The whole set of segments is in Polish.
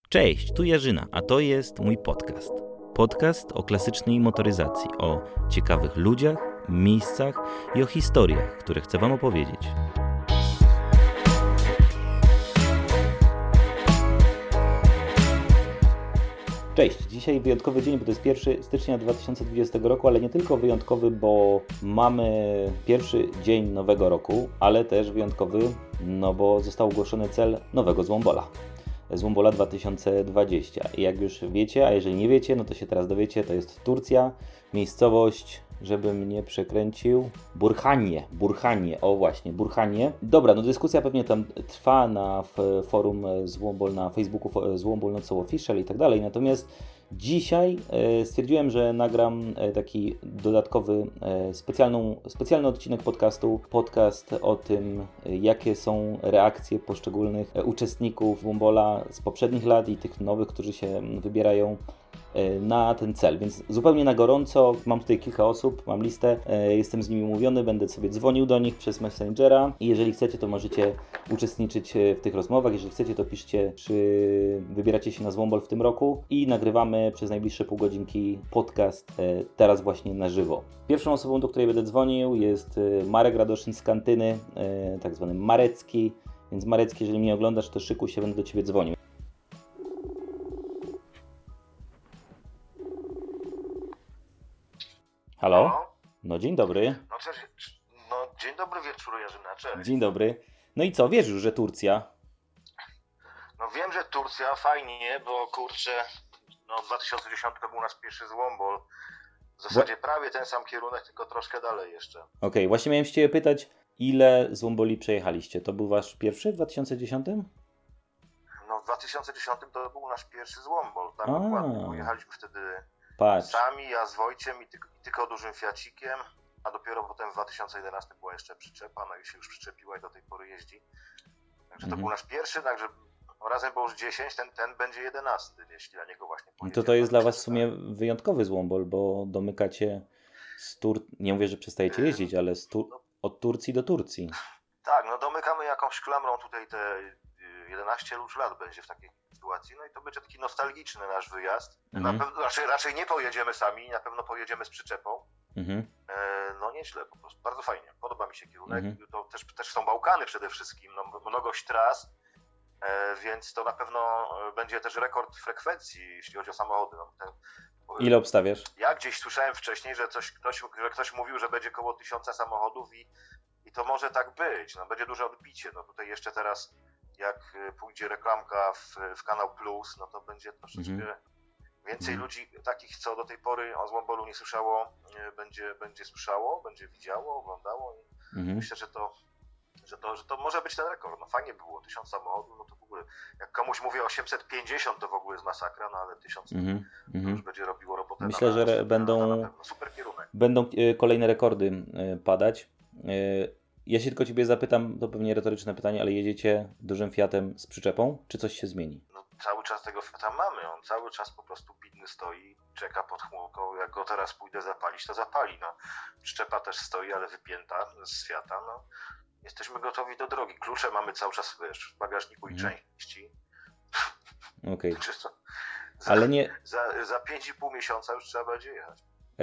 Cześć, tu Jarzyna, a to jest mój podcast. Podcast o klasycznej motoryzacji, o ciekawych ludziach, miejscach i o historiach, które chcę Wam opowiedzieć. Cześć, dzisiaj wyjątkowy dzień, bo to jest 1 stycznia 2020 roku, ale nie tylko wyjątkowy, bo mamy pierwszy dzień nowego roku, ale też wyjątkowy, no bo został ogłoszony cel nowego Złombola. Złombola 2020. I jak już wiecie, a jeżeli nie wiecie, no to się teraz dowiecie, to jest Turcja, miejscowość, żebym nie przekręcił, Burhanie, o właśnie, Burhanie. Dobra, no dyskusja pewnie tam trwa na forum Złombol, na Facebooku Złombol Not So Official i tak dalej, natomiast dzisiaj stwierdziłem, że nagram taki dodatkowy, specjalny odcinek podcastu. Podcast o tym, jakie są reakcje poszczególnych uczestników Złombola z poprzednich lat i tych nowych, którzy się wybierają na ten cel, więc zupełnie na gorąco. Mam tutaj kilka osób, mam listę, jestem z nimi umówiony, będę sobie dzwonił do nich przez Messengera i jeżeli chcecie, to możecie uczestniczyć w tych rozmowach. Jeżeli chcecie, to piszcie, czy wybieracie się na Złombol w tym roku i nagrywamy przez najbliższe pół godzinki podcast teraz właśnie na żywo. Pierwszą osobą, do której będę dzwonił, jest Marek Radoszyn z kantyny, tak zwany Marecki, więc Marecki, jeżeli mnie oglądasz, to szykuj się, będę do Ciebie dzwonił. Halo? No dzień dobry. No cześć, dzień dobry wieczór Jarzyna, cześć. Dzień dobry. No i co, wiesz już, że Turcja? No wiem, że Turcja, fajnie, bo kurczę, w 2010 to był u nas pierwszy Złombol. W zasadzie prawie ten sam kierunek, tylko troszkę dalej jeszcze. Okej, właśnie miałem się Ciebie pytać, ile Złomboli przejechaliście? To był Wasz pierwszy w 2010? No w 2010 to był nasz pierwszy Złombol, tak dokładnie. Pojechaliśmy wtedy sami, ja z Wojciem i tylko dużym Fiacikiem, a dopiero potem w 2011 była jeszcze przyczepa, no i się już przyczepiła i do tej pory jeździ. Także to był nasz pierwszy, także razem było już 10, ten będzie 11, jeśli na niego właśnie pojedziemy. To jest dla Was w sumie wyjątkowy Złombol, bo domykacie nie mówię, że przestajecie jeździć, ale od Turcji do Turcji. Tak, domykamy jakąś klamrą tutaj te 11 już lat będzie w takiej sytuacji, no i to będzie taki nostalgiczny nasz wyjazd. Na pewno, raczej nie pojedziemy sami, na pewno pojedziemy z przyczepą. No nieźle, po prostu bardzo fajnie, podoba mi się kierunek. To też są Bałkany przede wszystkim, mnogość tras, więc to na pewno będzie też rekord frekwencji, jeśli chodzi o samochody. Ile obstawiasz? Ja gdzieś słyszałem wcześniej, że ktoś mówił, że będzie koło 1000 samochodów i to może tak być, będzie duże odbicie. Tutaj jeszcze teraz jak pójdzie reklamka w Kanał Plus, no to będzie troszeczkę więcej ludzi takich, co do tej pory o Złombolu nie słyszało, będzie słyszało, będzie widziało, oglądało i myślę, że to może być ten rekord. No fajnie było, 1000 samochodów, no to w ogóle, jak komuś mówię 850, to w ogóle jest masakra, no ale 1000 to już będzie robiło robotę. Myślę, że będą super kierunek. Będą kolejne rekordy padać. Ja się tylko Ciebie zapytam, to pewnie retoryczne pytanie, ale jedziecie dużym Fiatem z przyczepą, czy coś się zmieni? No cały czas tego Fiata mamy, on cały czas po prostu bidny stoi, czeka pod chmurką, jak go teraz pójdę zapalić, to zapali, Przyczepa też stoi, ale wypięta z Fiata, Jesteśmy gotowi do drogi, klucze mamy cały czas, w bagażniku i części. Okej. Ale nie... Za 5,5 miesiąca już trzeba będzie jechać.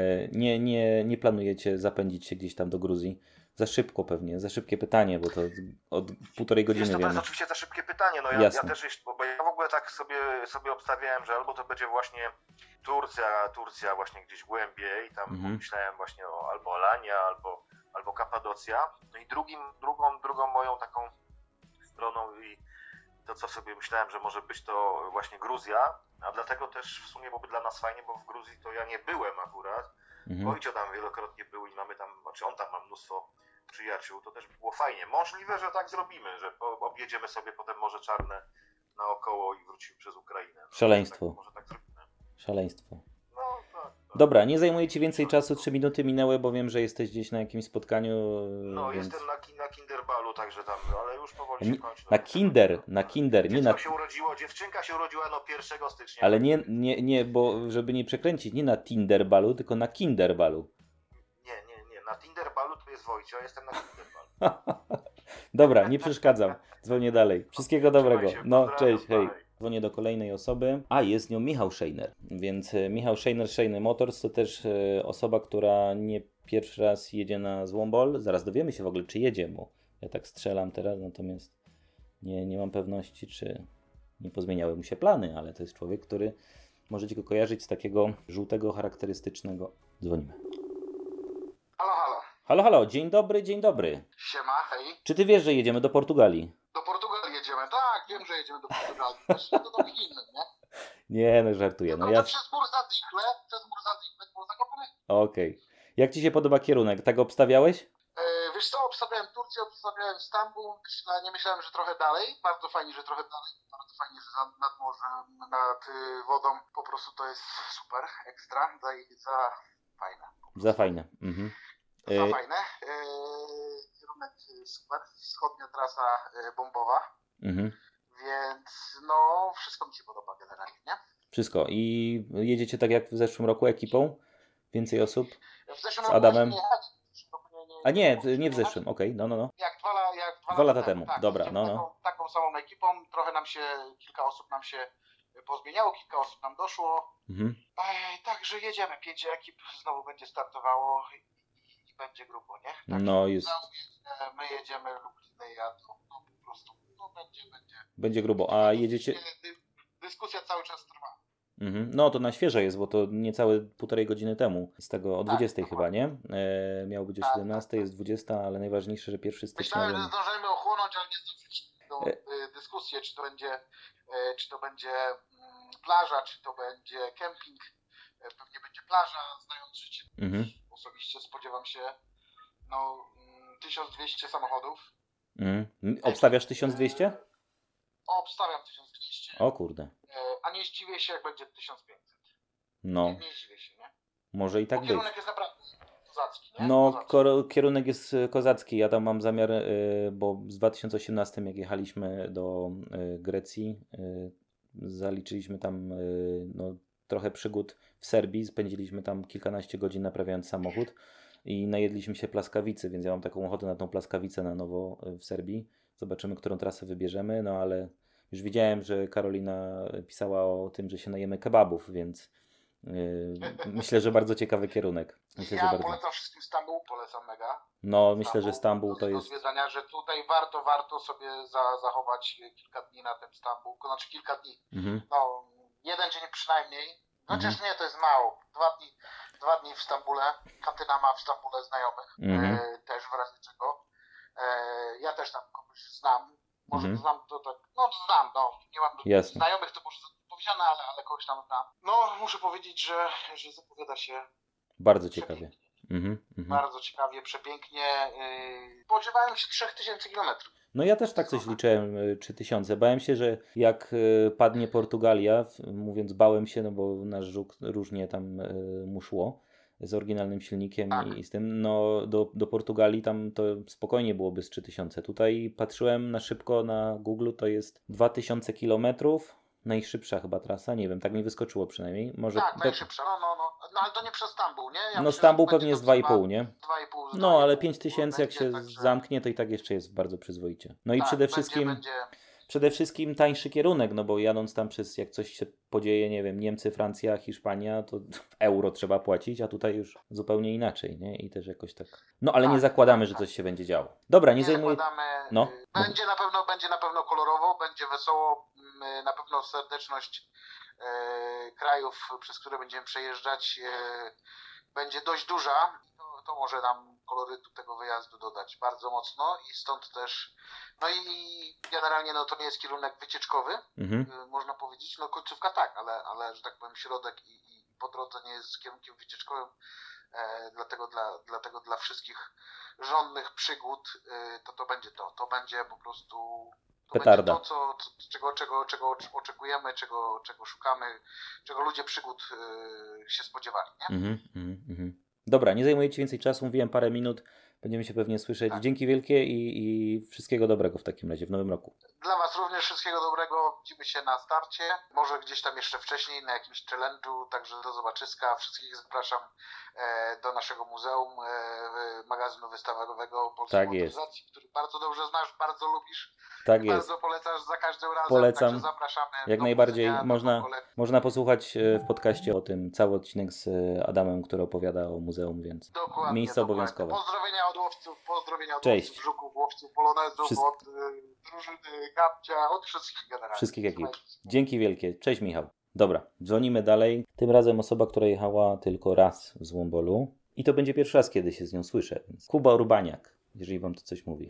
Nie planujecie zapędzić się gdzieś tam do Gruzji? Za szybko pewnie, za szybkie pytanie, bo to od 1,5 godziny wiemy. To jest oczywiście za szybkie pytanie, ja też, bo ja w ogóle tak sobie obstawiałem, że albo to będzie właśnie Turcja właśnie gdzieś głębiej, tam myślałem właśnie albo Alania, albo Kapadocja, no i drugą moją taką stroną i to, co sobie myślałem, że może być to właśnie Gruzja, a dlatego też w sumie byłoby dla nas fajnie, bo w Gruzji to ja nie byłem akurat, Wojcio tam wielokrotnie był i mamy tam, on tam ma mnóstwo przyjaciół, to też by było fajnie. Możliwe, że tak zrobimy, że objedziemy sobie potem Morze Czarne naokoło i wrócimy przez Ukrainę. Szaleństwo. Może tak zrobimy. Szaleństwo. Tak. Dobra, nie zajmuję Ci więcej czasu, 3 minuty minęły, bo wiem, że jesteś gdzieś na jakimś spotkaniu. Więc... Jestem na Kinderbalu, także tam, ale już powoli się kończy. Na Kinder, nie na... Dziewczynka się urodziła 1 stycznia. Ale nie, bo żeby nie przekręcić, nie na Tinderbalu, tylko na Kinderbalu. Nie, na Tinderbalu to jest Wojcio, a jestem na Kinderbalu. Dobra, nie przeszkadzam, dzwonię dalej. Wszystkiego dobrego. Cześć, hej. Dzwonię do kolejnej osoby, a jest nią Michał Szejner, więc Michał Szejner, Szejner Motors to też osoba, która nie pierwszy raz jedzie na Złombol. Zaraz dowiemy się w ogóle, czy jedzie, bo ja tak strzelam teraz, natomiast nie mam pewności, czy nie pozmieniały mu się plany, ale to jest człowiek, który możecie go kojarzyć z takiego żółtego, charakterystycznego. Dzwonimy. Halo, halo. Halo, halo, dzień dobry, dzień dobry. Siema, hej. Czy ty wiesz, że jedziemy do Portugalii? Do Portugalii jedziemy, tak, wiem, że jedziemy do Portugalii. Właśnie to do Chin, nie? Nie, no żartuję. No ja... Przez mur Zadychle, było zakopane. Okej. Jak ci się podoba kierunek? Tak obstawiałeś? Wiesz co, obstawiałem Turcję, obstawiałem Stambuł, nie myślałem, że trochę dalej. Bardzo fajnie, że trochę dalej. Bardzo fajnie, że nad morzem, nad wodą. Po prostu to jest super, ekstra, za fajne. Za fajne. Mhm. Za fajne. Kierunek super, wschodnia trasa bombowa. Mhm. Więc no, wszystko mi się podoba generalnie, nie? Wszystko. I jedziecie tak jak w zeszłym roku ekipą? Więcej osób? W zeszłym z Adamem? roku A nie w zeszłym, okej, no. Jak dwa lata temu. Tak, dobra, no. Taką samą ekipą, trochę kilka osób nam się pozmieniało, kilka osób nam doszło. Mhm. Także jedziemy, 5 ekip znowu będzie startowało i będzie grubo, nie? Tak, no jest. My jedziemy, Lubliny jadą, no po prostu, no będzie. Będzie grubo, a jedziecie... Dyskusja cały czas trwa. Mhm. No to na świeżo jest, bo to niecałe 1,5 godziny temu. Z tego o 20 chyba, nie? Miało być o 17, jest 20, ale najważniejsze, że 1 stycznia... Myślałem, że zdążymy ochłonąć, ale nie zdążyliśmy do dyskusji, czy to będzie plaża, czy to będzie kemping. Pewnie będzie plaża, znając życie. Mhm. Osobiście spodziewam się 1200 samochodów. Mhm. Obstawiasz 1200? Obstawiam 1200. O kurde. A nie zdziwię się, jak będzie 1500. No. Nie zdziwię się, nie? Może i tak być. Kierunek jest naprawdę kozacki, nie? No, kierunek jest kozacki. Ja tam mam zamiar, bo w 2018 jak jechaliśmy do Grecji, zaliczyliśmy tam trochę przygód w Serbii. Spędziliśmy tam kilkanaście godzin naprawiając samochód i najedliśmy się plaskawicy, więc ja mam taką ochotę na tą plaskawicę na nowo w Serbii. Zobaczymy, którą trasę wybierzemy, no ale już widziałem, że Karolina pisała o tym, że się najemy kebabów, więc myślę, że bardzo ciekawy kierunek. Polecam wszystkim Stambuł, polecam mega. No, myślę, że Stambuł to jest... do zwiedzania, że tutaj warto sobie zachować kilka dni na tym Stambuł, znaczy kilka dni. Mhm. No, 1 dzień przynajmniej. Chociaż nie, to jest mało. 2 dni w Stambule. Kantyna ma w Stambule znajomych, też w razie czego. Ja też tam kogoś znam. Może znam to tak, znam, nie mam znajomych, to może powiedziane, ale kogoś tam znam. No, muszę powiedzieć, że zapowiada się bardzo ciekawie. Bardzo ciekawie, przepięknie. Spodziewałem się 3000 km. No ja też tak coś liczyłem, 3000. Bałem się, że jak padnie Portugalia, mówiąc bałem się, no bo nasz żuk różnie tam mu szło z oryginalnym silnikiem i z tym, no do Portugalii tam to spokojnie byłoby z 3000. Tutaj patrzyłem na szybko na Google, to jest 2000 km, najszybsza chyba trasa, nie wiem, tak mi wyskoczyło przynajmniej. Może najszybsza, no ale to nie przez Stambuł, nie? Ja Stambuł pewnie jest 2,5, nie? 2,5. No, ale 5000 jak się zamknie, to i tak jeszcze jest bardzo przyzwoicie. No i przede wszystkim tańszy kierunek, no bo jadąc tam jak coś się podzieje, nie wiem, Niemcy, Francja, Hiszpania, to w euro trzeba płacić, a tutaj już zupełnie inaczej, nie? I też jakoś tak. No, ale nie zakładamy, że coś się będzie działo. Dobra, nie zajmuję... No. Będzie na pewno kolorowo, będzie wesoło, na pewno serdeczność krajów, przez które będziemy przejeżdżać, będzie dość duża. To może nam kolorytu tego wyjazdu dodać bardzo mocno i stąd też, no i generalnie to nie jest kierunek wycieczkowy, można powiedzieć, końcówka tak, ale że tak powiem środek i po drodze nie jest kierunkiem wycieczkowym, dlatego dla wszystkich żonnych przygód to będzie to będzie po prostu petarda. Będzie to, czego oczekujemy, czego szukamy, czego ludzie przygód się spodziewali, nie? Dobra, nie zajmuję Ci więcej czasu, mówiłem parę minut, będziemy się pewnie słyszeć. Tak. Dzięki wielkie i wszystkiego dobrego w takim razie w nowym roku. Dla Was również wszystkiego dobrego, widzimy się na starcie, może gdzieś tam jeszcze wcześniej na jakimś challenge'u, także do zobaczyska. Wszystkich zapraszam do naszego muzeum, magazynu wystawowego Polskiej Motoryzacji, który bardzo dobrze znasz, bardzo lubisz. Tak jest. Bardzo polecasz za każdym razem, polecam. Także zapraszamy. Jak najbardziej można posłuchać w podcaście o tym cały odcinek z Adamem, który opowiada o muzeum, więc miejsce obowiązkowe. Pozdrowienia od łowców, Cześć. Łowców żuków, łowców polonezów, od drużyny Gabcia, od wszystkich generalnie. Wszystkich ekip. Dzięki wielkie. Cześć Michał. Dobra, dzwonimy dalej. Tym razem osoba, która jechała tylko raz w Złombolu i to będzie pierwszy raz, kiedy się z nią słyszę. Więc Kuba Urbaniak, jeżeli Wam to coś mówi.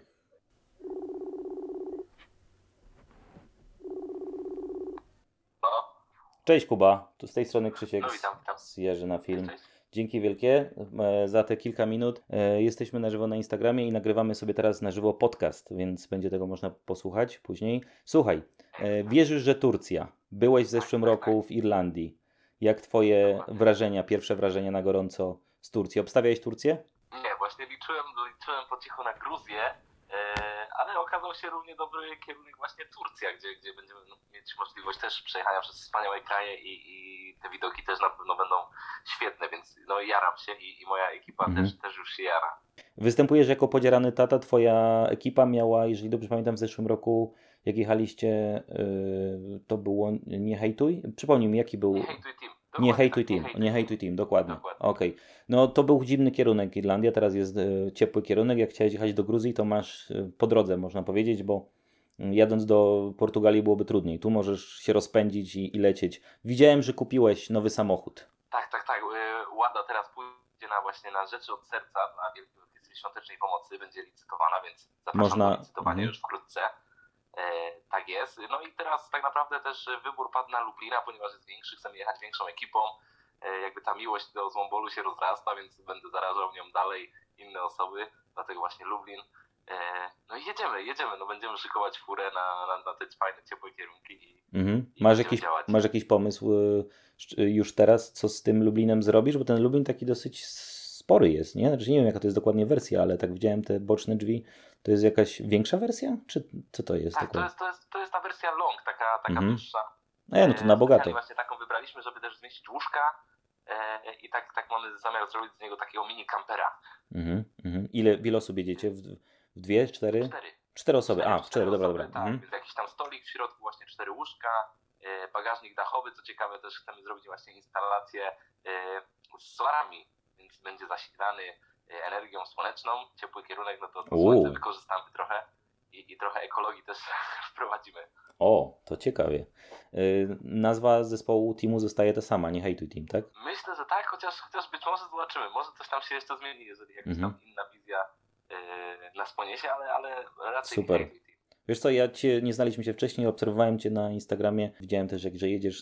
Cześć Kuba, tu z tej strony Krzysiek z Jerzy na film. Cześć. Dzięki wielkie za te kilka minut. Jesteśmy na żywo na Instagramie i nagrywamy sobie teraz na żywo podcast, więc będzie tego można posłuchać później. Słuchaj, wierzysz, że Turcja? Byłeś w zeszłym roku w Irlandii. Jak Twoje wrażenia, pierwsze wrażenia na gorąco z Turcji? Obstawiałeś Turcję? Nie, właśnie liczyłem po cichu na Gruzję, ale okazał się równie dobry kierunek właśnie Turcja, gdzie będziemy mieć możliwość też przejechania przez wspaniałe kraje i te widoki też na pewno będą świetne, więc jaram się i moja ekipa też już się jara. Występujesz jako podzierany tata, Twoja ekipa miała, jeżeli dobrze pamiętam, w zeszłym roku, jak jechaliście, to było Nie hejtuj? Przypomnij mi, jaki był... Nie hejtuj team. Nie hejtuj team, dokładnie. Okej. No to był dziwny kierunek Irlandia, teraz jest ciepły kierunek. Jak chciałeś jechać do Gruzji, to masz po drodze, można powiedzieć, bo jadąc do Portugalii byłoby trudniej. Tu możesz się rozpędzić i lecieć. Widziałem, że kupiłeś nowy samochód. Tak. Łada teraz pójdzie właśnie na Rzeczy od Serca, na Wielkiej Orkiestry Świątecznej Pomocy, będzie licytowana, więc zapraszam do licytowania już wkrótce. Tak jest. No i teraz tak naprawdę też wybór padł na Lublina, ponieważ jest większy, chcemy jechać większą ekipą. Jakby ta miłość do Złombolu się rozrasta, więc będę zarażał nią dalej inne osoby, dlatego właśnie Lublin. No i jedziemy, będziemy szykować furę na te fajne, ciepłe kierunki i masz jakiś pomysł już teraz, co z tym Lublinem zrobisz? Bo ten Lublin taki dosyć spory jest, nie? Znaczy nie wiem, jaka to jest dokładnie wersja, ale tak widziałem te boczne drzwi. To jest jakaś większa wersja? Czy co to jest? Tak, to jest ta wersja long, taka dłuższa. No to na bogato. Właśnie taką wybraliśmy, żeby też zmieścić łóżka i tak mamy zamiar zrobić z niego takiego mini kampera. Ile osób jedziecie? W dwie, cztery? Cztery osoby. Cztery, dobra. Tak, więc jakiś tam stolik w środku, właśnie 4 łóżka, bagażnik dachowy, co ciekawe też chcemy zrobić właśnie instalację z solarami, więc będzie zasilany energią słoneczną, ciepły kierunek, no to słońce wykorzystamy trochę i trochę ekologii też wprowadzimy. O, to ciekawie. Nazwa zespołu teamu zostaje ta sama, Nie hejtuj team, tak? Myślę, że tak, chociaż być może zobaczymy. Może coś tam się jeszcze zmieni, jeżeli jakaś tam inna wizja nas poniesie, ale raczej Super. Nie hejtuj team. Wiesz co, nie znaliśmy się wcześniej, obserwowałem Cię na Instagramie, widziałem też, że jedziesz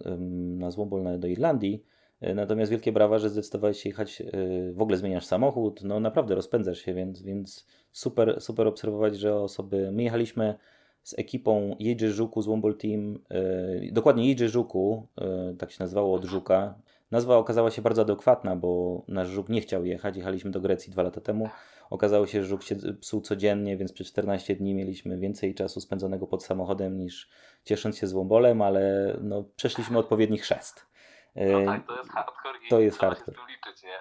na Złombol do Irlandii. Natomiast wielkie brawa, że zdecydowałeś się jechać, w ogóle zmieniasz samochód, no naprawdę rozpędzasz się, więc super obserwować, że osoby... My jechaliśmy z ekipą Jedzie Żuku, Złombol Team, dokładnie Jedzie Żuku, tak się nazywało od Żuka. Nazwa okazała się bardzo adekwatna, bo nasz Żuk nie chciał jechać, jechaliśmy do Grecji 2 lata temu. Okazało się, że Żuk się psuł codziennie, więc przez 14 dni mieliśmy więcej czasu spędzonego pod samochodem niż ciesząc się Złombolem, ale przeszliśmy odpowiedni chrzest. No tak, to jest hardcore i trzeba się z tym liczyć, nie?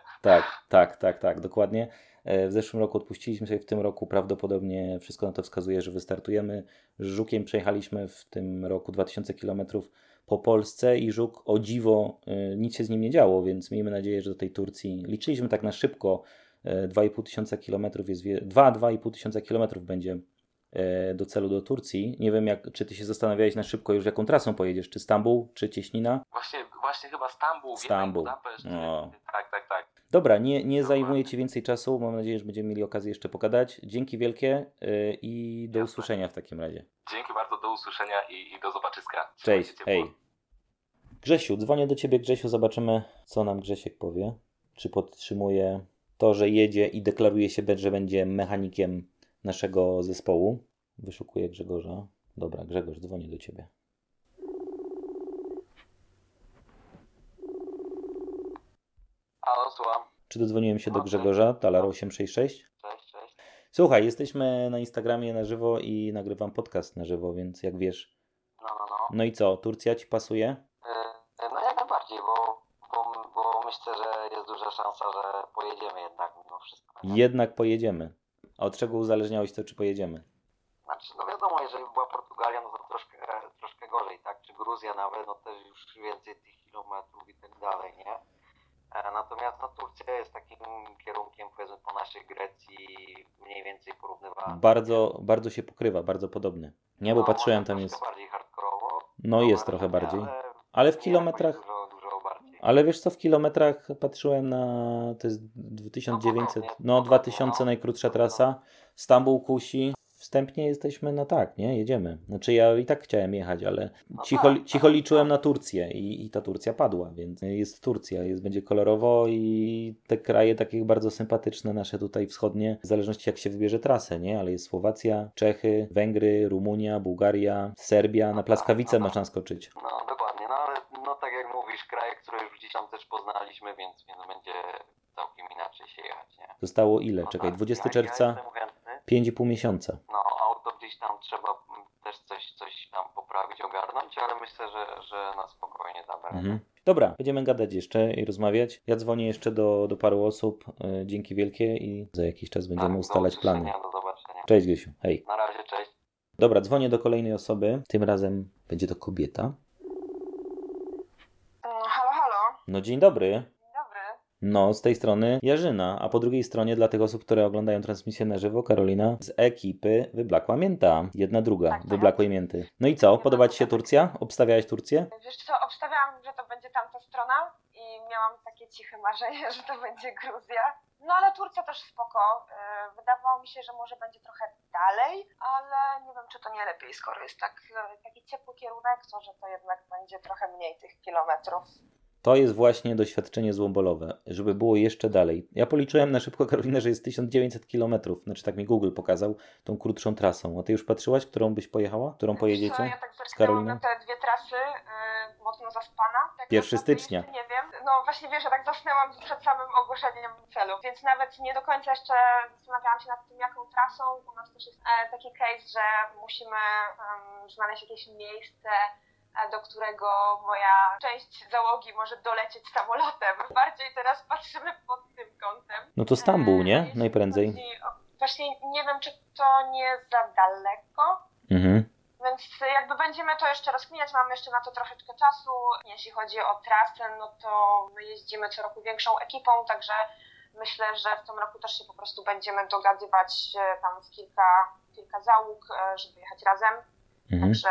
Tak, dokładnie. W zeszłym roku odpuściliśmy sobie, w tym roku prawdopodobnie wszystko na to wskazuje, że wystartujemy. Z Żukiem przejechaliśmy w tym roku 2000 km po Polsce i Żuk, o dziwo, nic się z nim nie działo, więc miejmy nadzieję, że do tej Turcji liczyliśmy tak na szybko. 2500 km jest 2,5 km będzie do celu do Turcji. Nie wiem, czy ty się zastanawiałeś na szybko już, jaką trasą pojedziesz, czy Stambuł, czy Cieśnina? Właśnie chyba Stambuł. Budapeszt. Tak. Dobra, nie zajmuję Ci więcej czasu. Mam nadzieję, że będziemy mieli okazję jeszcze pogadać. Dzięki wielkie i do usłyszenia w takim razie. Dzięki bardzo, do usłyszenia i do zobaczyska. Cześć, hej. Grzesiu, dzwonię do Ciebie, Grzesiu, zobaczymy, co nam Grzesiek powie. Czy podtrzymuje to, że jedzie i deklaruje się, że będzie mechanikiem naszego zespołu. Wyszukuję Grzegorza. Dobra, Grzegorz, dzwonię do Ciebie. Halo, słucham. Czy dodzwoniłem się do Grzegorza, Talar 866? Cześć. Słuchaj, jesteśmy na Instagramie na żywo i nagrywam podcast na żywo, więc jak wiesz. No. No i co, Turcja ci pasuje? No jak najbardziej, bo myślę, że jest duża szansa, że pojedziemy jednak mimo wszystko. Nie? Jednak pojedziemy. A od czego uzależniałeś to, czy pojedziemy? Znaczy, no wiadomo, jeżeli była Portugalia, no to troszkę gorzej, tak? Czy Gruzja nawet, no też już więcej tych kilometrów i tak dalej, nie? Natomiast no, Turcja jest takim kierunkiem, powiedzmy, po naszej Grecji mniej więcej porównywalny. Bardzo się pokrywa, bardzo podobny. Nie, bo patrzyłem, tam jest... bardziej hardkorowo. No jest trochę bardziej. Ale w kilometrach... Dużo bardziej. Ale wiesz co, w kilometrach patrzyłem na... To jest 2900... No 2000 najkrótsza trasa. Stambuł Kusi. Wstępnie jesteśmy na tak, nie? Jedziemy. Znaczy ja i tak chciałem jechać, ale cicho liczyłem na Turcję i ta Turcja padła, więc jest Turcja, będzie kolorowo i te kraje takie bardzo sympatyczne nasze tutaj wschodnie, w zależności jak się wybierze trasę, nie? Ale jest Słowacja, Czechy, Węgry, Rumunia, Bułgaria, Serbia, na Plaskawice można skoczyć. No dokładnie, no ale no tak jak mówisz, kraje, które już gdzieś tam też poznaliśmy, więc będzie całkiem inaczej się jechać, nie? Zostało ile? Czekaj, 20 czerwca, 5,5 miesiąca. No, auto gdzieś tam trzeba też coś tam poprawić, ogarnąć, ale myślę, że na spokojnie damy. Dobra, będziemy gadać jeszcze i rozmawiać. Ja dzwonię jeszcze do paru osób. Dzięki wielkie i za jakiś czas będziemy ustalać plany. Do zobaczenia. Cześć Grysiu, hej. Na razie, cześć. Dobra, dzwonię do kolejnej osoby. Tym razem będzie to kobieta. Halo. No dzień dobry. Dobry. No, z tej strony Jarzyna, a po drugiej stronie dla tych osób, które oglądają transmisję na żywo, Karolina z ekipy Wyblakła Mięta. Jedna druga, Tak. Wyblakłej Mięty. No i co, podoba Ci się Turcja? Obstawiałaś Turcję? Wiesz co, obstawiałam, że to będzie tamta strona i miałam takie ciche marzenie, że to będzie Gruzja. No ale Turcja też spoko. Wydawało mi się, że może będzie trochę dalej, ale nie wiem, czy to nie lepiej, skoro jest taki ciepły kierunek, to że to jednak będzie trochę mniej tych kilometrów. To jest właśnie doświadczenie złombolowe, żeby było jeszcze dalej. Ja policzyłem na szybko, Karolina, że jest 1900 km. Znaczy tak mi Google pokazał tą krótszą trasą. A ty już patrzyłaś, którą byś pojechała? Którą pojedziecie? Ja tak z Karoliną? na te dwie trasy, mocno zaspana. Tak 1 stycznia. Nie wiem. No właśnie wiesz, ja tak zasnęłam przed samym ogłoszeniem celu, więc nawet nie do końca jeszcze zastanawiałam się nad tym, jaką trasą. U nas też jest taki case, że musimy znaleźć jakieś miejsce, do którego moja część załogi może dolecieć samolotem. Bardziej teraz patrzymy pod tym kątem. No to Stambuł, nie? Najprędzej. Właśnie nie wiem, czy to nie za daleko. Więc jakby będziemy to jeszcze rozkminiać, mamy jeszcze na to troszeczkę czasu. Jeśli chodzi o trasę, no to my jeździmy co roku większą ekipą, także myślę, że w tym roku też się po prostu będziemy dogadywać tam w kilka załóg, żeby jechać razem. Także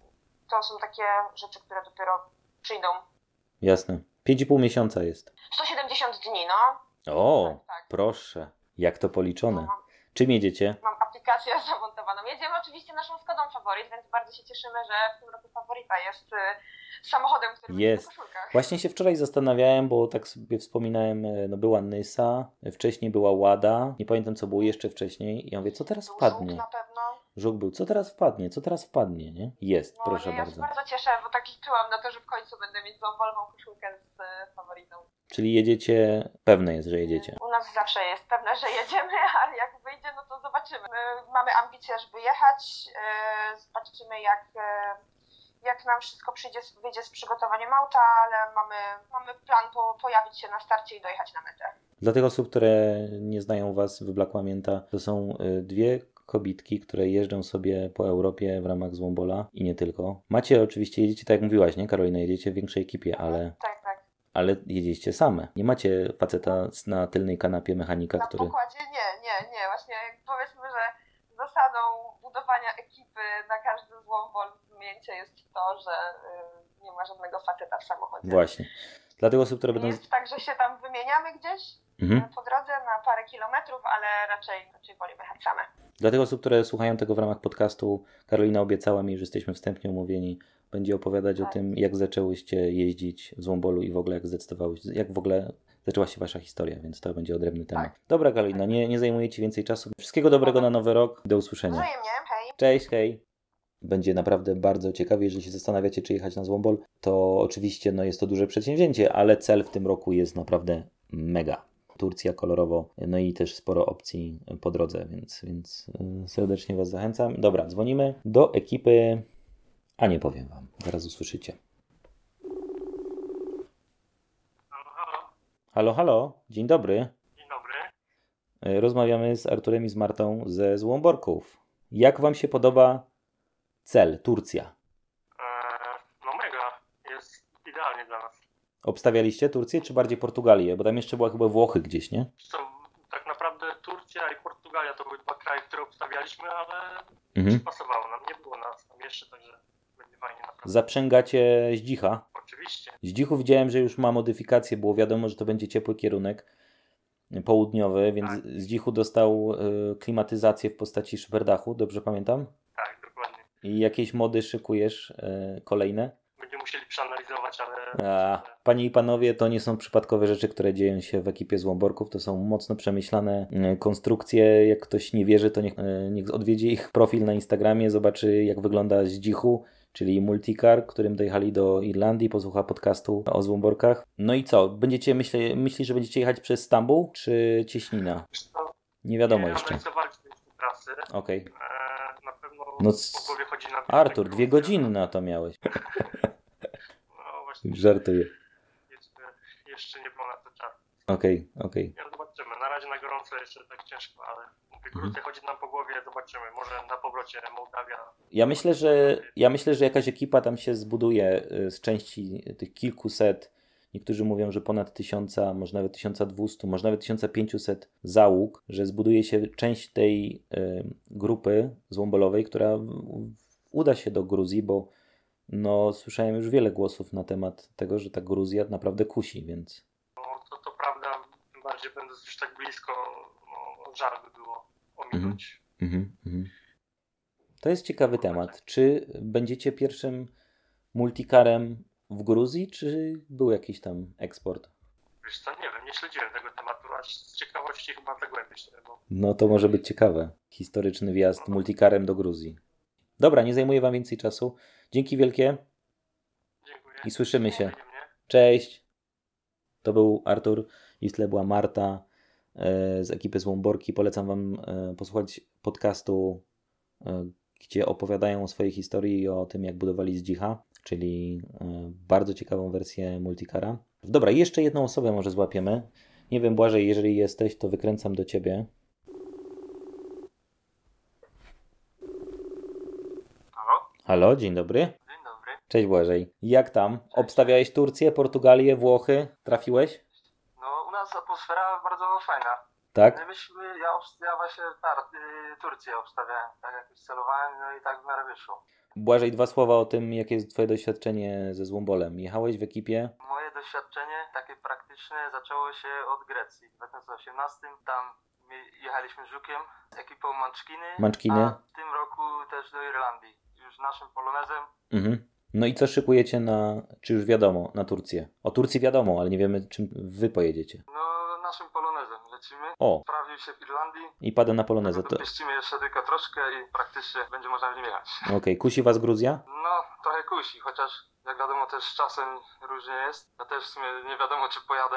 to są takie rzeczy, które dopiero przyjdą. Jasne. 5,5 miesiąca jest. 170 dni, no. O, tak. Proszę. Jak to policzone? Czym jedziecie? Mam aplikację zamontowaną. Jedziemy oczywiście naszą Skodą Favorit, więc bardzo się cieszymy, że w tym roku Favorita jest samochodem, który jest w koszulkach. Właśnie się wczoraj zastanawiałem, bo tak sobie wspominałem, no była Nysa, wcześniej była Łada, nie pamiętam co było jeszcze wcześniej i ja mówię, co teraz wpadnie? Na pewno. Żuk był, co teraz wpadnie, nie? Jest, no, proszę nie, bardzo. Ja się bardzo cieszę, bo tak liczyłam na to, że w końcu będę mieć złą koszulkę z Favoritą. Czyli jedziecie, pewne jest, że jedziecie. U nas zawsze jest pewne, że jedziemy, ale jak wyjdzie, no to zobaczymy. My mamy ambicje, żeby jechać, zobaczymy jak nam wszystko wyjdzie z przygotowaniem auta, ale mamy plan pojawić się na starcie i dojechać na metę. Dla tych osób, które nie znają Was, Wyblakła Mięta, to są dwie kobitki, które jeżdżą sobie po Europie w ramach Złombola i nie tylko. Jedziecie tak jak mówiłaś, nie Karolina, jedziecie w większej ekipie, ale... Tak. Ale jedziecie same. Nie macie faceta na tylnej kanapie mechanika, który... Na pokładzie nie. Właśnie powiedzmy, że zasadą budowania ekipy na każdy Złombol w Mięcie jest to, że nie ma żadnego faceta w samochodzie. Właśnie. Dla tych osób, które będą... Jest tak, że się tam wymieniamy gdzieś po drodze na parę kilometrów, ale raczej wolimy jechać same. Dla tych osób, które słuchają tego w ramach podcastu, Karolina obiecała mi, że jesteśmy wstępnie umówieni. Będzie opowiadać o tym, jak zaczęłyście jeździć w Złombolu i w ogóle jak w ogóle zaczęła się Wasza historia, więc to będzie odrębny temat. Tak. Dobra Karolina, nie zajmuję Ci więcej czasu. Wszystkiego dobrego na Nowy Rok. Do usłyszenia. Wzajemnie, hej. Cześć, hej. Będzie naprawdę bardzo ciekawie, jeżeli się zastanawiacie, czy jechać na Złombol, to oczywiście jest to duże przedsięwzięcie, ale cel w tym roku jest naprawdę mega. Turcja kolorowo, no i też sporo opcji po drodze, więc serdecznie Was zachęcam. Dobra, dzwonimy do ekipy, a nie powiem Wam, zaraz usłyszycie. Halo, halo, dzień dobry. Dzień dobry. Rozmawiamy z Arturem i z Martą ze Złomborków. Jak Wam się podoba cel, Turcja? No mega, jest idealnie dla nas. Obstawialiście Turcję, czy bardziej Portugalię? Bo tam jeszcze była chyba Włochy gdzieś, nie? Tak naprawdę Turcja i Portugalia to były dwa kraje, które obstawialiśmy, ale pasowało nam, nie było nas tam jeszcze, także będzie fajnie naprawdę. Zaprzęgacie Zdzicha? Oczywiście. Zdzichu widziałem, że już ma modyfikację, było wiadomo, że to będzie ciepły kierunek południowy, więc tak. Zdzichu dostał klimatyzację w postaci szyberdachu, dobrze pamiętam? Tak, dokładnie. I jakieś mody szykujesz kolejne? Będziemy musieli przeanalizować, ale... Panie i panowie, to nie są przypadkowe rzeczy, które dzieją się w ekipie Złomborków, to są mocno przemyślane konstrukcje. Jak ktoś nie wierzy, to niech odwiedzi ich profil na Instagramie, zobaczy jak wygląda Zdzichu, czyli multicar, którym dojechali do Irlandii, posłucha podcastu o Złomborkach. No i co? Myślisz, że będziecie jechać przez Stambuł czy Cieśnina? Nie wiadomo jeszcze. Trasy. Okej. Na pewno no, po głowie chodzi na... Artur, 2 godziny na to miałeś. No właśnie. Żartuję. Jeszcze nie było na to czasu. Okej. Ja zobaczymy. Na razie na gorąco jeszcze tak ciężko, ale krócej chodzi nam po głowie, zobaczymy. Może na powrocie Mołdawia. Ja myślę, że jakaś ekipa tam się zbuduje z części tych kilkuset. Niektórzy mówią, że ponad 1000, może nawet 1200, może nawet 1500 załóg, że zbuduje się część tej grupy złombolowej, która uda się do Gruzji, bo no, słyszałem już wiele głosów na temat tego, że ta Gruzja naprawdę kusi, więc... No, to prawda, tym bardziej będąc już tak blisko, no, żal by było ominąć. To jest ciekawy temat. Czy będziecie pierwszym multicarem w Gruzji, czy był jakiś tam eksport? Wiesz co, nie wiem, nie śledziłem tego tematu, aż z ciekawości chyba zagłębię się. Bo... No to może być ciekawe. Historyczny wjazd multicarem do Gruzji. Dobra, nie zajmuję Wam więcej czasu. Dzięki wielkie. Dziękuję. I słyszymy się. Cześć. To był Artur i w tle była Marta z ekipy Złomborki. Polecam Wam posłuchać podcastu, gdzie opowiadają o swojej historii i o tym, jak budowali Zdzicha, czyli bardzo ciekawą wersję multicara. Dobra, jeszcze jedną osobę może złapiemy. Nie wiem, Błażej, jeżeli jesteś, to wykręcam do Ciebie. Halo, dzień dobry. Dzień dobry. Cześć Błażej. Jak tam? Obstawiałeś Turcję, Portugalię, Włochy? Trafiłeś? No u nas atmosfera bardzo fajna. Tak? Ja właśnie Turcję obstawiałem, tak jakoś celowałem, no i tak w miarę wyszło. Błażej, 2 słowa o tym, jakie jest Twoje doświadczenie ze Złombolem. Jechałeś w ekipie? Moje doświadczenie takie praktyczne zaczęło się od Grecji. W 2018 tam jechaliśmy z Żukiem, z ekipą Manczkiny, a w tym roku też do Irlandii. Już naszym polonezem. No i co szykujecie czy już wiadomo, na Turcję? O Turcji wiadomo, ale nie wiemy, czym Wy pojedziecie. No naszym polonezem lecimy. Sprawdził się w Irlandii. I pada na polonezę. Dopieścimy jeszcze tylko troszkę i praktycznie będzie można w nim jechać. Okej. Kusi Was Gruzja? No, trochę kusi, chociaż jak wiadomo też czasem różnie jest. Ja też w sumie nie wiadomo, czy pojadę.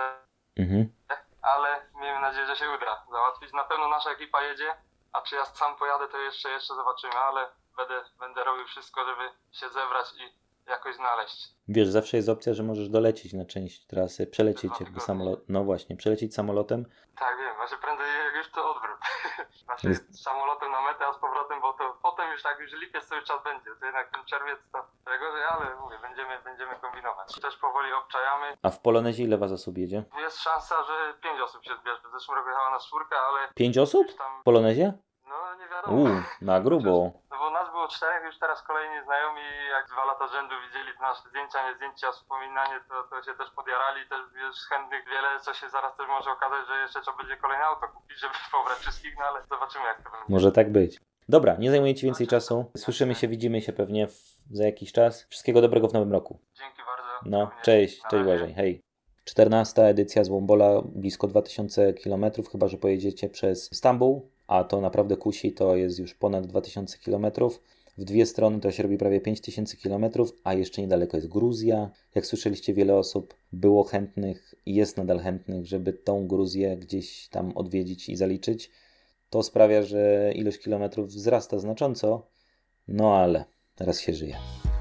Ale miejmy nadzieję, że się uda załatwić. Na pewno nasza ekipa jedzie, a czy ja sam pojadę, to jeszcze zobaczymy, ale będę robił wszystko, żeby się zebrać i jakoś znaleźć. Wiesz, zawsze jest opcja, że możesz dolecieć na część trasy, przelecieć jakby samolotem. No właśnie, przelecieć samolotem. Tak, wiem, właśnie prędzej jak już to odwrót. Właśnie samolotem na metę, a z powrotem, bo to potem już lipiec to już czas będzie. To jednak ten czerwiec to gorzej, ale mówię, będziemy kombinować. Też powoli obczajamy. A w Polonezie ile Was osób jedzie? Jest szansa, że 5 osób się zbierze. W zeszłym roku jechała nas 4, ale... 5 osób? W Polonezie? No nie wiadomo. Na grubo. No bo nas było 4, już teraz kolejni znajomi, jak 2 lata z rzędu widzieli nasze zdjęcia, wspominanie, to się też podjarali, też jest chętnych wiele, co się zaraz też może okazać, że jeszcze trzeba będzie kolejne auto kupić, żeby pobrać wszystkich, no ale zobaczymy jak to będzie. Może tak być. Dobra, nie zajmuję Ci więcej czasu. Słyszymy się, widzimy się pewnie za jakiś czas. Wszystkiego dobrego w nowym roku. Dzięki bardzo. No, cześć Błażej, hej. 14. edycja Złombola, blisko 2000 km, chyba że pojedziecie przez Stambuł, a to naprawdę kusi, to jest już ponad 2000 km. W dwie strony to się robi prawie 5000 km, a jeszcze niedaleko jest Gruzja. Jak słyszeliście, wiele osób było chętnych i jest nadal chętnych, żeby tą Gruzję gdzieś tam odwiedzić i zaliczyć. To sprawia, że ilość kilometrów wzrasta znacząco, no ale raz się żyje.